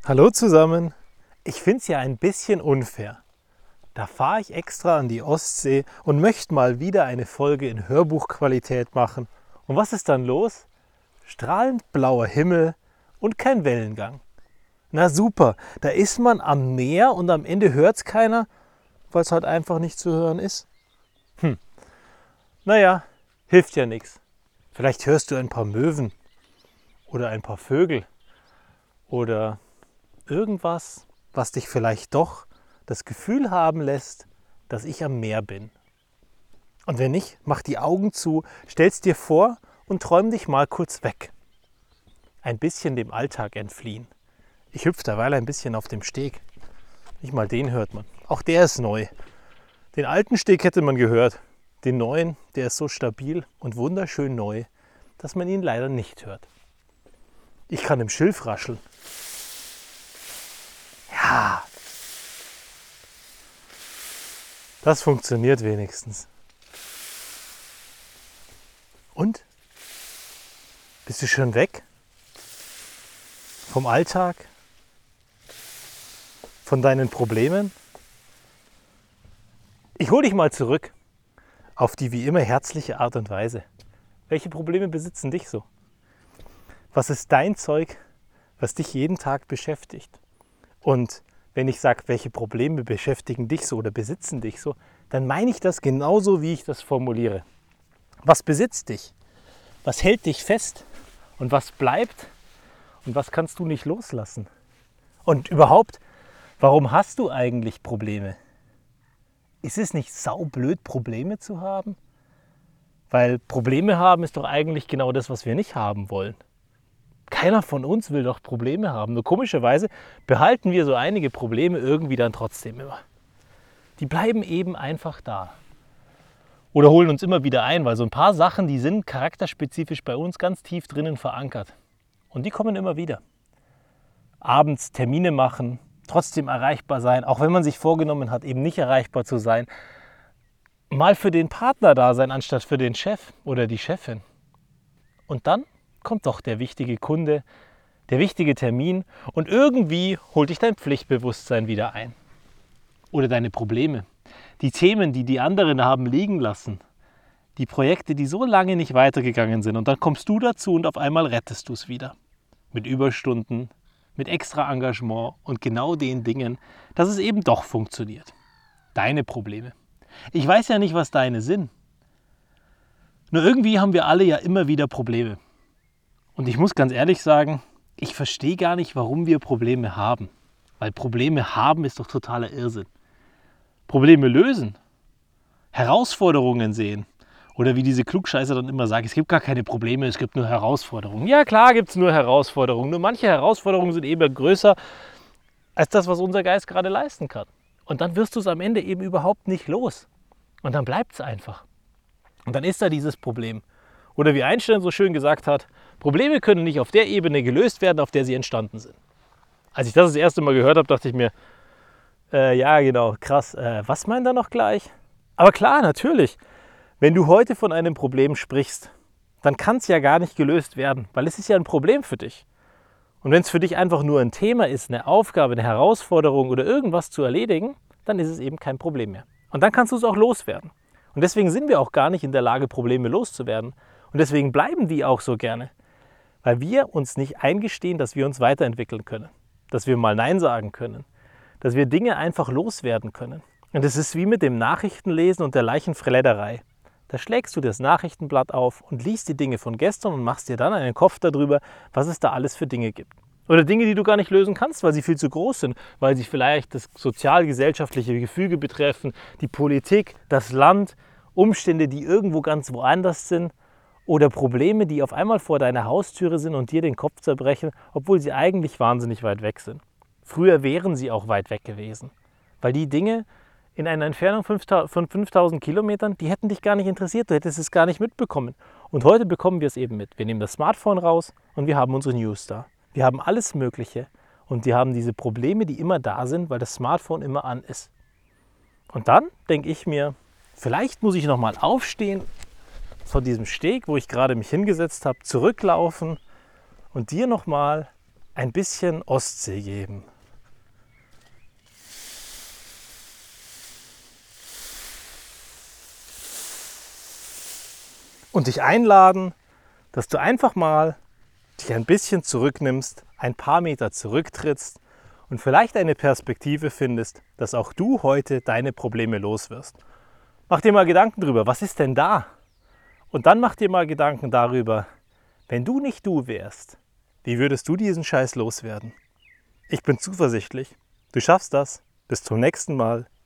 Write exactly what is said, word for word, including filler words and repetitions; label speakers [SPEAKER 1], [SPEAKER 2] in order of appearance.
[SPEAKER 1] Hallo zusammen. Ich finde es ja ein bisschen unfair. Da fahre ich extra an die Ostsee und möchte mal wieder eine Folge in Hörbuchqualität machen. Und was ist dann los? Strahlend blauer Himmel und kein Wellengang. Na super, da ist man am Meer und am Ende hört es keiner, weil es halt einfach nicht zu hören ist. Hm, naja, hilft ja nichts. Vielleicht hörst du ein paar Möwen oder ein paar Vögel oder irgendwas, was dich vielleicht doch das Gefühl haben lässt, dass ich am Meer bin. Und wenn nicht, mach die Augen zu, stell's dir vor und träum dich mal kurz weg. Ein bisschen dem Alltag entfliehen. Ich hüpfe derweil ein bisschen auf dem Steg. Nicht mal den hört man. Auch der ist neu. Den alten Steg hätte man gehört. Den neuen, der ist so stabil und wunderschön neu, dass man ihn leider nicht hört. Ich kann im Schilf rascheln. Ja, das funktioniert wenigstens. Und? Bist du schon weg? Vom Alltag? Von deinen Problemen? Ich hole dich mal zurück auf die wie immer herzliche Art und Weise. Welche Probleme besitzen dich so? Was ist dein Zeug, was dich jeden Tag beschäftigt? Und wenn ich sage, welche Probleme beschäftigen dich so oder besitzen dich so, dann meine ich das genauso, wie ich das formuliere. Was besitzt dich? Was hält dich fest? Und was bleibt? Und was kannst du nicht loslassen? Und überhaupt, warum hast du eigentlich Probleme? Ist es nicht saublöd, Probleme zu haben? Weil Probleme haben ist doch eigentlich genau das, was wir nicht haben wollen. Keiner von uns will doch Probleme haben. Nur komischerweise behalten wir so einige Probleme irgendwie dann trotzdem immer. Die bleiben eben einfach da. Oder holen uns immer wieder ein, weil so ein paar Sachen, die sind charakterspezifisch bei uns ganz tief drinnen verankert. Und die kommen immer wieder. Abends Termine machen, trotzdem erreichbar sein, auch wenn man sich vorgenommen hat, eben nicht erreichbar zu sein. Mal für den Partner da sein, anstatt für den Chef oder die Chefin. Und dann kommt doch der wichtige Kunde, der wichtige Termin und irgendwie holt dich dein Pflichtbewusstsein wieder ein. Oder deine Probleme, die Themen, die die anderen haben liegen lassen, die Projekte, die so lange nicht weitergegangen sind und dann kommst du dazu und auf einmal rettest du es wieder. Mit Überstunden, mit extra Engagement und genau den Dingen, dass es eben doch funktioniert. Deine Probleme. Ich weiß ja nicht, was deine sind. Nur irgendwie haben wir alle ja immer wieder Probleme. Und ich muss ganz ehrlich sagen, ich verstehe gar nicht, warum wir Probleme haben. Weil Probleme haben ist doch totaler Irrsinn. Probleme lösen, Herausforderungen sehen. Oder wie diese Klugscheißer dann immer sagen, es gibt gar keine Probleme, es gibt nur Herausforderungen. Ja klar gibt es nur Herausforderungen, nur manche Herausforderungen sind eben größer als das, was unser Geist gerade leisten kann. Und dann wirst du es am Ende eben überhaupt nicht los. Und dann bleibt es einfach. Und dann ist da dieses Problem. Oder wie Einstein so schön gesagt hat, Probleme können nicht auf der Ebene gelöst werden, auf der sie entstanden sind. Als ich das das erste Mal gehört habe, dachte ich mir, äh, ja genau, krass, äh, was meint er noch gleich? Aber klar, natürlich, wenn du heute von einem Problem sprichst, dann kann es ja gar nicht gelöst werden, weil es ist ja ein Problem für dich. Und wenn es für dich einfach nur ein Thema ist, eine Aufgabe, eine Herausforderung oder irgendwas zu erledigen, dann ist es eben kein Problem mehr. Und dann kannst du es auch loswerden. Und deswegen sind wir auch gar nicht in der Lage, Probleme loszuwerden. Und deswegen bleiben die auch so gerne. Weil wir uns nicht eingestehen, dass wir uns weiterentwickeln können. Dass wir mal Nein sagen können. Dass wir Dinge einfach loswerden können. Und es ist wie mit dem Nachrichtenlesen und der Leichenfledderei. Da schlägst du das Nachrichtenblatt auf und liest die Dinge von gestern und machst dir dann einen Kopf darüber, was es da alles für Dinge gibt. Oder Dinge, die du gar nicht lösen kannst, weil sie viel zu groß sind, weil sie vielleicht das sozial-gesellschaftliche Gefüge betreffen, die Politik, das Land, Umstände, die irgendwo ganz woanders sind oder Probleme, die auf einmal vor deiner Haustüre sind und dir den Kopf zerbrechen, obwohl sie eigentlich wahnsinnig weit weg sind. Früher wären sie auch weit weg gewesen, weil die Dinge in einer Entfernung von fünftausend Kilometern, die hätten dich gar nicht interessiert, du hättest es gar nicht mitbekommen. Und heute bekommen wir es eben mit. Wir nehmen das Smartphone raus und wir haben unsere News da. Wir haben alles Mögliche und wir haben diese Probleme, die immer da sind, weil das Smartphone immer an ist. Und dann denke ich mir, vielleicht muss ich nochmal aufstehen von diesem Steg, wo ich gerade mich hingesetzt habe, zurücklaufen und dir nochmal ein bisschen Ostsee geben. Und dich einladen, dass du einfach mal dich ein bisschen zurücknimmst, ein paar Meter zurücktrittst und vielleicht eine Perspektive findest, dass auch du heute deine Probleme los wirst. Mach dir mal Gedanken darüber, was ist denn da? Und dann mach dir mal Gedanken darüber, wenn du nicht du wärst, wie würdest du diesen Scheiß loswerden? Ich bin zuversichtlich, du schaffst das. Bis zum nächsten Mal.